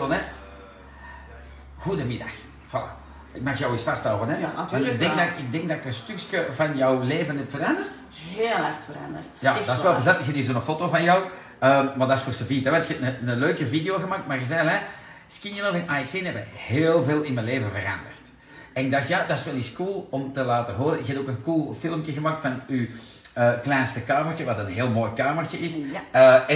hè. Goedemiddag. Voilà. Ik mag jou eens vasthouden, hè? Ja, natuurlijk. Ik denk dat ik een stukje van jouw leven heb veranderd. Heel hard veranderd. Ja, echt dat is wel waar. bezet. Je hebt zo'n foto van jou. Maar dat is voor Sabiet, hè? Want je hebt een leuke video gemaakt, maar je zei, hè, Skinny Love en AX1 hebben heel veel in mijn leven veranderd. En ik dacht, ja, dat is wel eens cool om te laten horen. Je hebt ook een cool filmpje gemaakt van uw kleinste kamertje, wat een heel mooi kamertje is. Ja.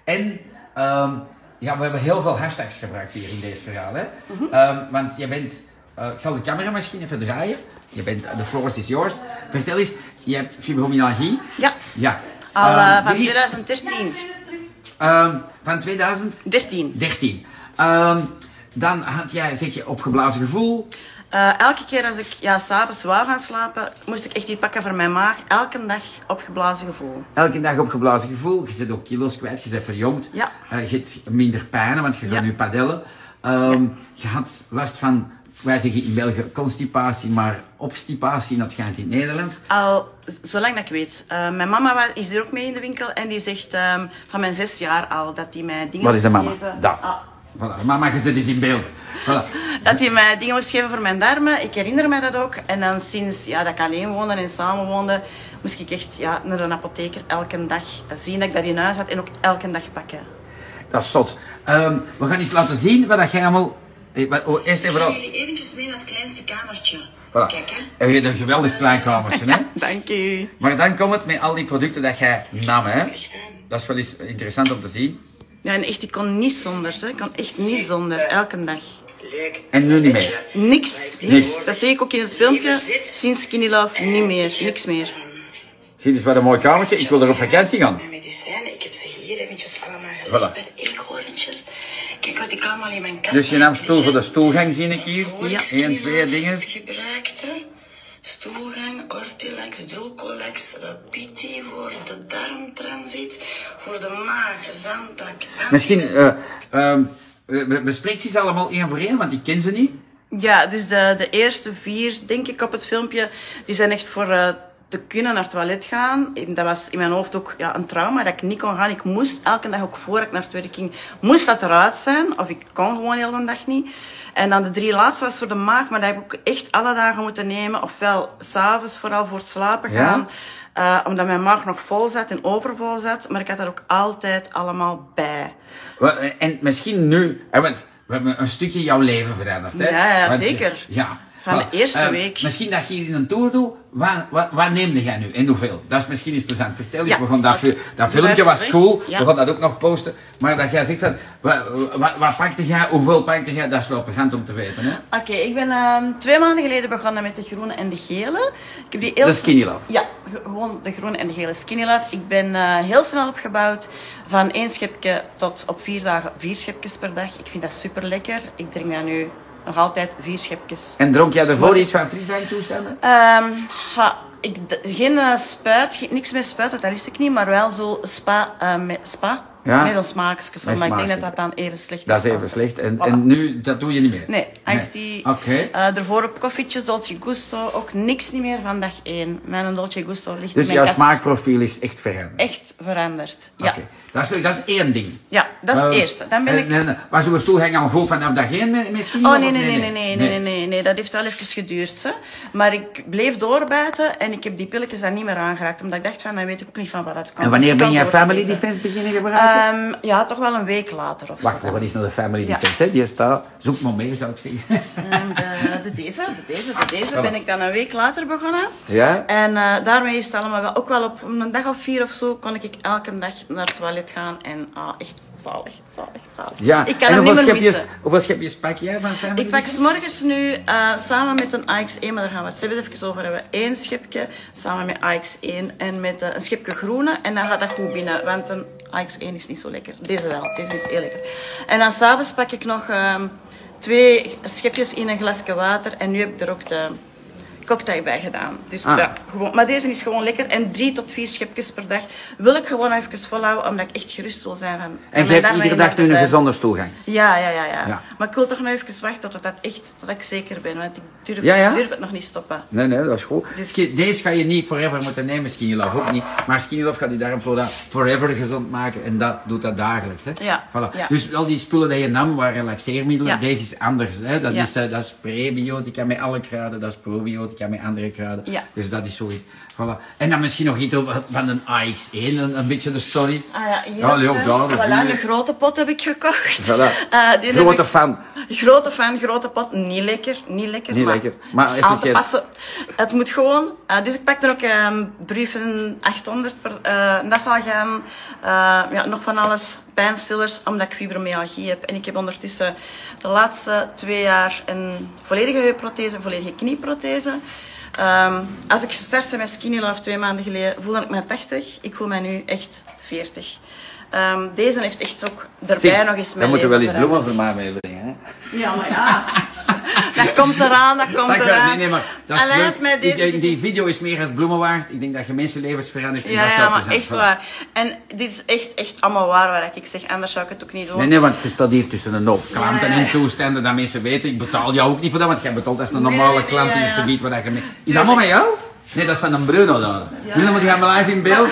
Ja, we hebben heel veel hashtags gebruikt hier in deze verhaal. Hè? Want je bent, ik zal de camera misschien even draaien. Je bent, the floor is yours. Vertel eens, je hebt fibromyalgie. Ja. Ja. Al van 2013. Van 2013. 13. Dan had jij, zeg je, opgeblazen gevoel. Elke keer als ik s'avonds wou gaan slapen, moest ik echt iets pakken voor mijn maag. Elke dag opgeblazen gevoel. Elke dag opgeblazen gevoel. Je zit ook kilo's kwijt, je bent verjongd. Ja. Je hebt minder pijnen, want je gaat nu padellen. Je had last van, wij zeggen in België, constipatie, maar obstipatie, dat schijnt in het Nederlands. Al zolang dat ik weet. Mijn mama is er ook mee in de winkel en die zegt van mijn 6 jaar al dat hij mij dingen Wat is de moest mama? geven. Daar. Voilà, mama, je zit eens in beeld. Voilà. Dat hij mij dingen moest geven voor mijn darmen. Ik herinner me dat ook. En dan sinds dat ik alleen woonde en samen woonde, moest ik echt naar een apotheker elke dag zien dat ik dat in huis had en ook elke dag pakken. Dat is zot. We gaan eens laten zien wat jij allemaal... Eerst even Ik ga jullie eventjes mee naar het kleinste kamertje. Voilà. Kijk, hè. En je hebt een geweldig klein kamertje, hè? Dank u. Maar dan komt het met al die producten dat jij nam, hè? Dat is wel eens interessant om te zien. Ja, en echt, ik kon niet zonder. Hè. Ik kon echt niet zonder, elke dag. Leuk. En nu niet meer. Niks. Dat zie ik ook in het filmpje. Sinds Skinny Love niet meer. Niks meer. Zie, dit is wel een mooi kamertje. Ik wil er op vakantie gaan. Mijn medicijnen, ik heb ze hier eventjes allemaal Voilà. bij de eekhoorntjes. Kijk wat ik allemaal in mijn kast Dus je nam spul voor de stoelgang, zie ik hier. Ja. 1, 2 dingen. gebruikte. Stoelgang, Ortilex, Dulcolex, Rapiti voor de darmtransit, voor de maag, zandtak. Misschien, bespreekt ze allemaal één voor één, want ik ken ze niet. Ja, dus de eerste 4, denk ik, op het filmpje, die zijn echt voor te kunnen naar het toilet gaan. En dat was in mijn hoofd ook een trauma, dat ik niet kon gaan. Ik moest elke dag, ook voor ik naar het werk ging, moest dat eruit zijn. Of ik kon gewoon heel de dag niet. En dan de 3 laatste was voor de maag, maar dat heb ik ook echt alle dagen moeten nemen. Ofwel s'avonds, vooral voor het slapen gaan. Omdat mijn maag nog vol zat en overvol zat. Maar ik had dat ook altijd allemaal bij. En misschien nu, want we hebben een stukje jouw leven veranderd. Hè? Ja, Want, zeker. Ja. Van de eerste week. Misschien dat je hier in een tour doet, wat neemde jij nu en hoeveel? Dat is misschien iets plezant. Vertel eens, Ja. we gaan dat filmpje was cool, Ja. we gaan dat ook nog posten. Maar dat jij zegt van, wat pakte jij, hoeveel pakte jij, dat is wel plezant om te weten. Hè? Oké, ik ben 2 maanden geleden begonnen met de groene en de gele. Ik heb die heel De Skinny Love. Ja, gewoon de groene en de gele Skinny Love. Ik ben heel snel opgebouwd van 1 schepje tot op 4 dagen 4 schepjes per dag. Ik vind dat super lekker. Ik drink dat nu nog altijd 4 schepjes. En dronk jij ervoor iets van frisdrank toestemmen? Geen spuit, niks met spuit, want dat lust ik niet, maar wel zo spa. Ja. Met een smaakjes. Met Maar ik denk dat smaakjes. dat dan even slecht is. Dat is even als- slecht. En Voilà. nu, dat doe je niet meer? Nee, iced tea. Oké. Daarvoor op koffietjes, Dolce Gusto, ook niks niet meer van dag 1. Mijn Dolce Gusto ligt Dus in mijn jouw kast. smaakprofiel is echt veranderd? Echt veranderd, ja. Oké. Dat is één ding. Ja, dat is het eerste. Dan ben ik... Nee. Maar zo'n stoelgang al goed vanaf dag 1 misschien? Oh, nee, dat heeft wel even geduurd. Hè. Maar ik bleef doorbijten en ik heb die pilletjes dan niet meer aangeraakt. Omdat ik dacht van, dan weet ik ook niet van waar het komt. En wanneer Dus ik ben kan jij Family doorbijten. Defense beginnen gebruiken? Ja, toch wel een week later of Wacht, zo. wat is nou de Family Ja. Defense? Hè? Die staat, zoek maar mee zou ik zeggen. Deze ben ik dan een week later begonnen. Ja? En daarmee is het allemaal wel, ook wel op een dag of 4 of zo, kon ik elke dag naar het toilet gaan. En echt zalig. Ja. Ik kan En hem niet meer missen. hoeveel schepjes pak jij van Family Ik pak Defense? 's morgens nu samen met een AX1, maar daar gaan we het even over hebben. 1 schepje samen met AX1 en met een schepje groene. En dan gaat dat goed binnen, want een AX1 is niet zo lekker. Deze wel, deze is heel lekker. En dan s'avonds pak ik nog 2 schepjes in een glasje water. En nu heb ik er ook de cocktail bij gedaan. Dus ja, gewoon, maar deze is gewoon lekker. En 3 tot 4 schepjes per dag wil ik gewoon even volhouden, omdat ik echt gerust wil zijn. En je hebt iedere dag nu een gezonde stoelgang? Ja. Maar ik wil toch nog even wachten tot ik zeker ben, want ik durf het nog niet stoppen. Nee, dat is goed. Dus deze ga je niet forever moeten nemen, Skinny Love ook niet. Maar Skinny Love gaat je darmflora forever gezond maken en dat doet dat dagelijks. Hè? Ja. Voilà. Ja. Dus al die spullen die je nam waren relaxeermiddelen, deze is anders. Hè? Dat is prebiotica met alle kruiden, dat is probiotica met andere kruiden. Ja. Dus dat is zoiets. Voilà. En dan misschien nog iets van een AX1, een beetje de story. Een grote pot heb ik gekocht. Voilà. Grote fan. Grote pot. Niet lekker. Maar aan te passen. Het moet gewoon. Dus ik pakte ook Brufen 800 Nafalgan. Nog van alles. Pijnstillers, omdat ik fibromyalgie heb. En ik heb ondertussen de laatste 2 jaar een volledige heupprothese, een volledige knieprothese. Als ik gestart ben met Skinny Love 2 maanden geleden, voelde ik me 80. Ik voel mij nu echt 40. Deze heeft echt ook erbij nog eens mijn dan moeten we wel eens veranderd. bloemen voor mij meebrengen, hè? Ja, maar ja. Dat komt eraan. Nee, maar dat is leuk. Die video is meer als bloemen waard. Ik denk dat je mensenlevens verandert. En dat is wel maar plezant. echt waar. En dit is echt allemaal waar ik zeg. Anders zou ik het ook niet doen. Nee, want je staat hier tussen een hoop klanten en toestanden dat mensen weten. Ik betaal jou ook niet voor dat, want jij betaalt als een normale klant die ze biedt wat je mee... Is dat allemaal met jou? Nee, dat is van een Bruno daar. Bruno, moet je gaan live in beeld.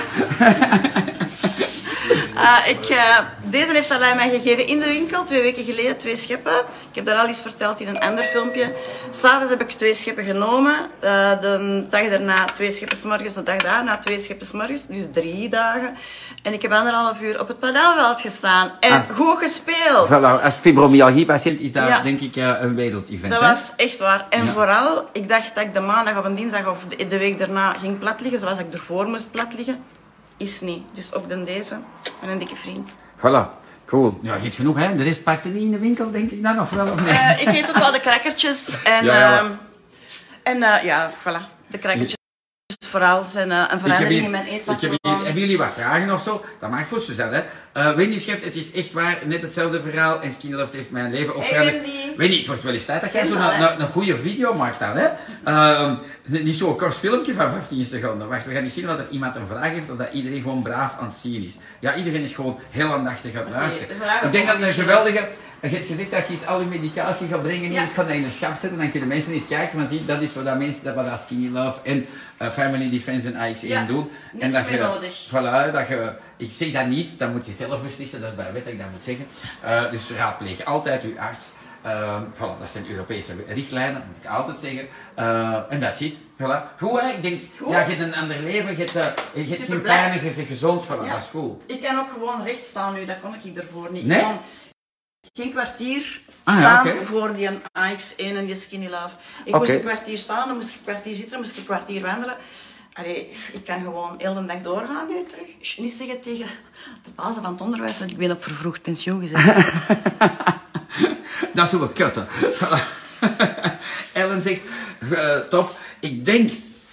Deze heeft Alain mij gegeven in de winkel 2 weken geleden, 2 scheppen. Ik heb dat al eens verteld in een ander filmpje. S'avonds heb ik 2 scheppen genomen. De dag daarna 2 scheppen 's morgens, de dag daarna 2 scheppen 's morgens. Dus 3 dagen. En ik heb 1,5 uur op het padelveld gestaan. En goed gespeeld. Voilà, als fibromyalgie-patiënt is dat denk ik een wereldevent. Dat was echt waar. En vooral, ik dacht dat ik de maandag of een dinsdag of de week daarna ging plat liggen, zoals ik ervoor moest plat liggen. Is niet. Dus ook deze. En een dikke vriend. Voilà. Cool. Ja, je hebt genoeg, hè? De rest pakte niet in de winkel, denk ik dan, of wel? Of nee? Ik eet ook wel de crackertjes. En voilà. De crackertjes vooral zijn een verandering in mijn eetpatroon. Hebben jullie wat vragen of zo? Dat mag voor Suzanne, hè? Wendy schrijft, het is echt waar, net hetzelfde verhaal. En Skinny Love heeft mijn leven ook veranderd. Wendy, het wordt wel eens tijd dat jij een goede video maakt dan, hè? Niet zo'n kort filmpje van 15 seconden. Wacht, we gaan niet zien of er iemand een vraag heeft of dat iedereen gewoon braaf aan het zien is. Ja, iedereen is gewoon heel aandachtig aan het luisteren. Ik denk dat een geweldige... Je hebt gezegd dat je eens al je medicatie gaat brengen. Ik ga dat in de schap zetten, dan kunnen mensen eens kijken. Maar zie, dat is wat dat mensen, wat dat Skinny Love en Family Defense en AX1 doen. En dat je, voilà, dat je, ik zeg dat niet, dat moet je zelf beslissen. Dat is bij wet dat ik dat moet zeggen. Dus raadpleeg altijd uw arts. Voilà, dat zijn Europese richtlijnen, moet ik altijd zeggen. En dat zit. Voilà. Goed, hè? Ik denk, ja, je hebt een ander leven, je hebt geen pijn en je bent gezond. Voilà, dat is cool. Ik kan ook gewoon recht staan nu, dat kon ik ervoor niet. Nee? Geen kwartier staan voor die AX1 en die Skinny Love. Ik moest een kwartier staan, dan moest ik een kwartier zitten, dan moest ik een kwartier wandelen. Allee, ik kan gewoon heel de dag doorgaan nu terug. Niet zeggen tegen de bazen van het onderwijs, want ik ben op vervroegd pensioen gezet. Dat is wel kutten. Ellen zegt, top. Ik denk,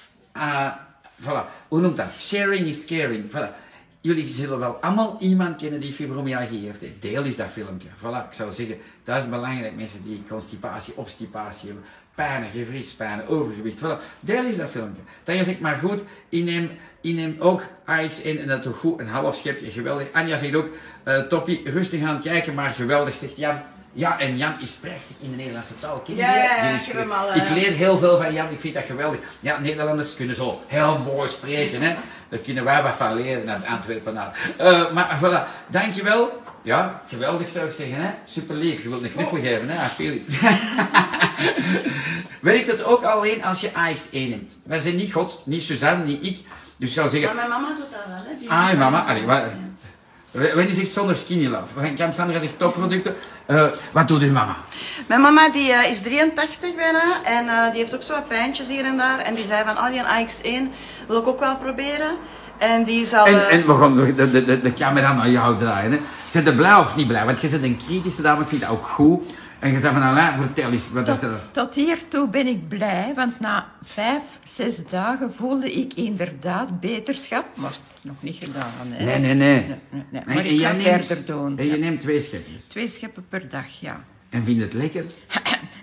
voilà, hoe noemt dat? Sharing is caring. Voilà. Jullie zullen wel allemaal iemand kennen die fibromyalgie heeft. Deel is dat filmpje. Voilà, ik zou zeggen, dat is belangrijk. Mensen die constipatie, obstipatie hebben, pijnen, gewrichtspijnen, overgewicht. Voilà, deel is dat filmpje. Dan je zegt, maar goed, ik neem ook AX1 en dat toch goed, een half schepje, geweldig. Anja zegt ook, toppie, rustig aan het kijken, maar geweldig, zegt Jan. Ja, en Jan is prachtig in de Nederlandse taal. Ik leer heel veel van Jan, ik vind dat geweldig. Ja, Nederlanders kunnen zo heel mooi spreken, hè. Daar kunnen wij wat van leren als Antwerpenaar. Maar voilà, dankjewel. Ja, geweldig zou ik zeggen, hè. Super lief, je wilt een knuffel geven, hè. I feel it. Werkt het ook alleen als je AX1 neemt? Wij zijn niet God, niet Suzanne, niet ik. Dus ik zou zeggen... Maar mijn mama doet dat wel, hè. Je mama, allee, Wendy zegt zonder Skinny Love. Sandra zegt topproducten. Wat doet uw mama? Mijn mama die is 83 bijna en die heeft ook zo wat pijntjes hier en daar. En die zei van, die AX1 wil ik ook wel proberen. En die zal... En we gaan de camera naar jou draaien. Hè. Zijn je blij of niet blij? Want je bent een kritische dame, ik vind dat ook goed. En je zei van, Alain, vertel eens, wat is er? Tot hiertoe ben ik blij, want na 5, 6 dagen voelde ik inderdaad beterschap. Maar het is nog niet gedaan. Hè. Nee. Maar ik ga verder doen. En je neemt 2 schepjes? 2 scheppen per dag, ja. En vind je het lekker?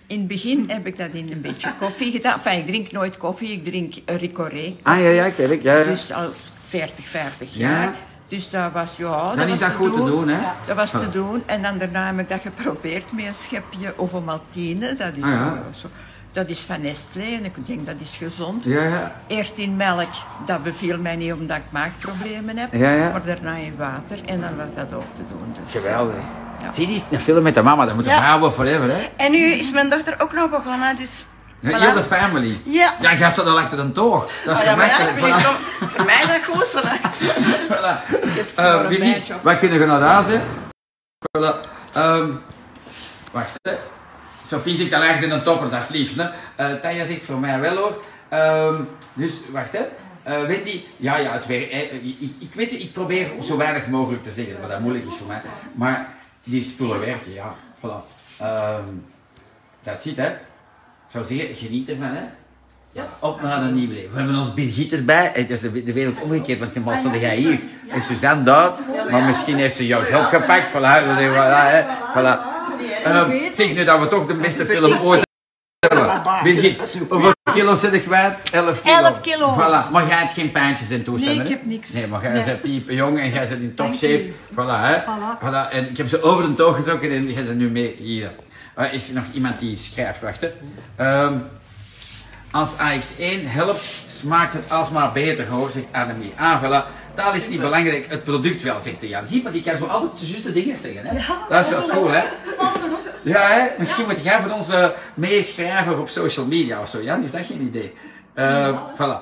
In het begin heb ik dat in een beetje koffie gedaan. Enfin, ik drink nooit koffie, ik drink Ricoré. Ah ja, ja, kijk. Ja, ja. Dus al 50 Ja. jaar. Dus dat was, ja... Dan is dat goed te doen, hè? Dat was te Voilà. doen. En dan daarna heb ik dat geprobeerd met een schepje Ovomaltine. Dat is, Ah, ja. dat is van Nestlé en ik denk dat is gezond. Ja, ja. Eerst in melk, dat beviel mij niet omdat ik maagproblemen heb. Ja, ja. Maar daarna in water en dan was dat ook te doen. Dus, Geweldig. Ja. Zie die een film met de mama, dat moet Ja. houden forever, hè? En nu is mijn dochter ook nog begonnen, dus... Ja, voilà. heel de family. Ja. Ja, ga zo dan achter een toog. Dat is Oh ja, maar ja, gemakkelijk. ik weet voor mij is dat goed, zo. Voilà. Geeft ze maar een Wie niet, beetje op. wij kunnen gaan naar huis, hè. Voilà. Wacht, hè. Sophie zit al ergens in een topper, dat is lief, hè. Tanja zegt voor mij wel, hoor. Dus, wacht, hè. Wendy, ja, het werkt. Ik weet het, ik probeer zo weinig mogelijk te zeggen, maar dat moeilijk is voor mij. Maar die spullen werken, ja. Voilà. Dat zit, hè. Ik zou zeggen, geniet ervan, hè. Ja. Op naar een nieuw leven. We hebben ons Birgit erbij. Het is de wereld omgekeerd, want normaal stond jij hier. En Suzanne daar, maar misschien heeft ze jouw job gepakt. Voilà, hè. Voilà. Zeg nu dat we toch de beste film ooit hebben. Birgit, hoeveel kilo zit ik kwijt? 11 kilo. 11 kilo. Voilà. Maar jij hebt geen pijntjes in toestanden, Nee, ik hè? heb niks. Nee, maar jij bent piepen jong en jij zit in top Dank shape. u. Voilà, hè. Voilà. Voilà. En ik heb ze over de toog getrokken en jij zit nu mee hier. Is er nog iemand die schrijft? Wacht, hè. Als AX1 helpt, smaakt het alsmaar beter, hoor, zegt Annemie. Ah, voilà. Taal is niet belangrijk, het product wel, zegt Jan. Zie maar, die kan zo altijd de juiste dingen zeggen, hè. Dat is wel cool, hè. Ja, hè. Misschien moet jij voor ons meeschrijven op social media of zo, Jan. Is dat geen idee? Voilà.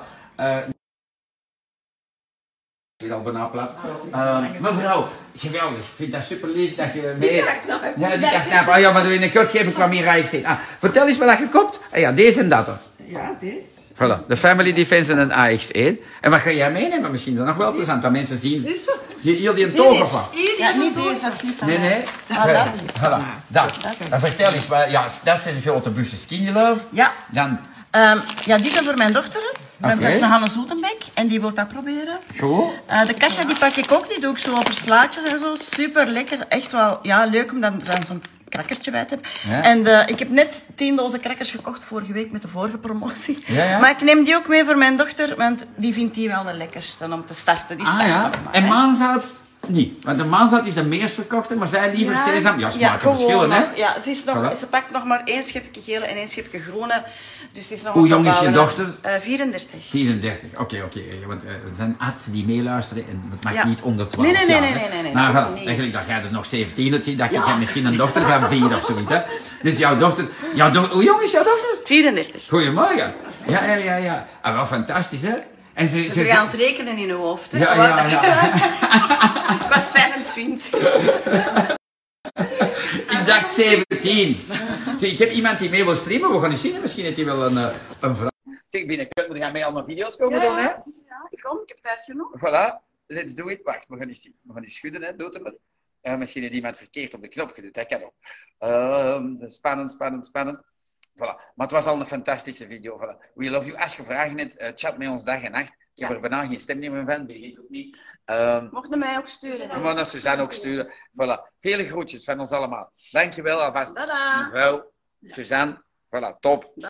Hier al bijna plat. Mevrouw, geweldig. Ik vind dat super lief dat je mee... Ja, die dacht, nou, ah, ja, maar in een kort geven kwam hier AX1. Ah, vertel eens wat je koopt. Ah ja, deze en dat. Ja, dit. Voilà, de Family Defense en een AX1. En wat ga jij meenemen? Misschien is dat nog wel plezant, dat mensen zien. Jullie een toog of wat? Ja, niet deze, dat is niet van Nee, mij. nee. Voilà, dat. En vertel eens, ja, dat zijn grote busjes Skinny Love. Ja. Dan, Ja, die zijn voor mijn dochter. Oké. Dat is een Hanne Zoetenbeek en die wil dat proberen. goed. De kasha die pak ik ook, die doe ik zo over slaatjes en zo. Super lekker, echt wel ja, leuk omdat ik er dan zo'n krakkertje bij heb. Ja. En ik heb net 10 dozen krakkers gekocht vorige week met de vorige promotie. Ja, ja. Maar ik neem die ook mee voor mijn dochter, want die vindt die wel de lekkerste om te starten. Die Ah start ja, nog maar, en hè. maanzout niet. Want de maanzout is de meest verkochte, maar zij liever sesam. Ja, smaken gewoon verschillen, hè. nog. Ja, Voilà. ze pakt nog maar 1 schepje gele en 1 schepje groene. Dus het is nog Hoe wat jong is je opbouwen, hè. dochter? 34. 34, oké. Want er zijn artsen die meeluisteren en het mag Ja. niet onder 12 Nee, jaar. nee, hè. nee, Maar dat voilà, niet. eigenlijk dat jij er nog 17 uitziet, dat je hebt misschien een dochter van 4 of zoiets, hè. Dus jouw dochter, hoe jong is jouw dochter? 34. Goedemorgen. Ja. Ah, wel fantastisch, hè. En Dus we gaan het rekenen in uw hoofd. Hè? Ja. Ik was 25. Ik dacht 17. Zie, ik heb iemand die mee wil streamen, we gaan eens zien, misschien heeft hij wel een vraag. Zeg, binnenkort moet je mee allemaal video's komen doen, hè. Ja, kom, ik heb tijd genoeg. Voilà, let's do it. Wacht, we gaan eens zien. We gaan eens schudden, hè. Doet hem. Misschien heeft iemand verkeerd op de knop gedrukt, dat kan ook. Spannend. Voilà. Maar het was al een fantastische video. Voilà. We love you. Als je vragen hebt, chat met ons dag en nacht. Ik heb er bijna geen stemnummer van, Birgit ook niet. Mocht je mij ook sturen. We gaan Suzanne ook sturen. Voilà. Vele groetjes van ons allemaal. Dankjewel alvast. Tada. Mevrouw, Suzanne. Voilà, top.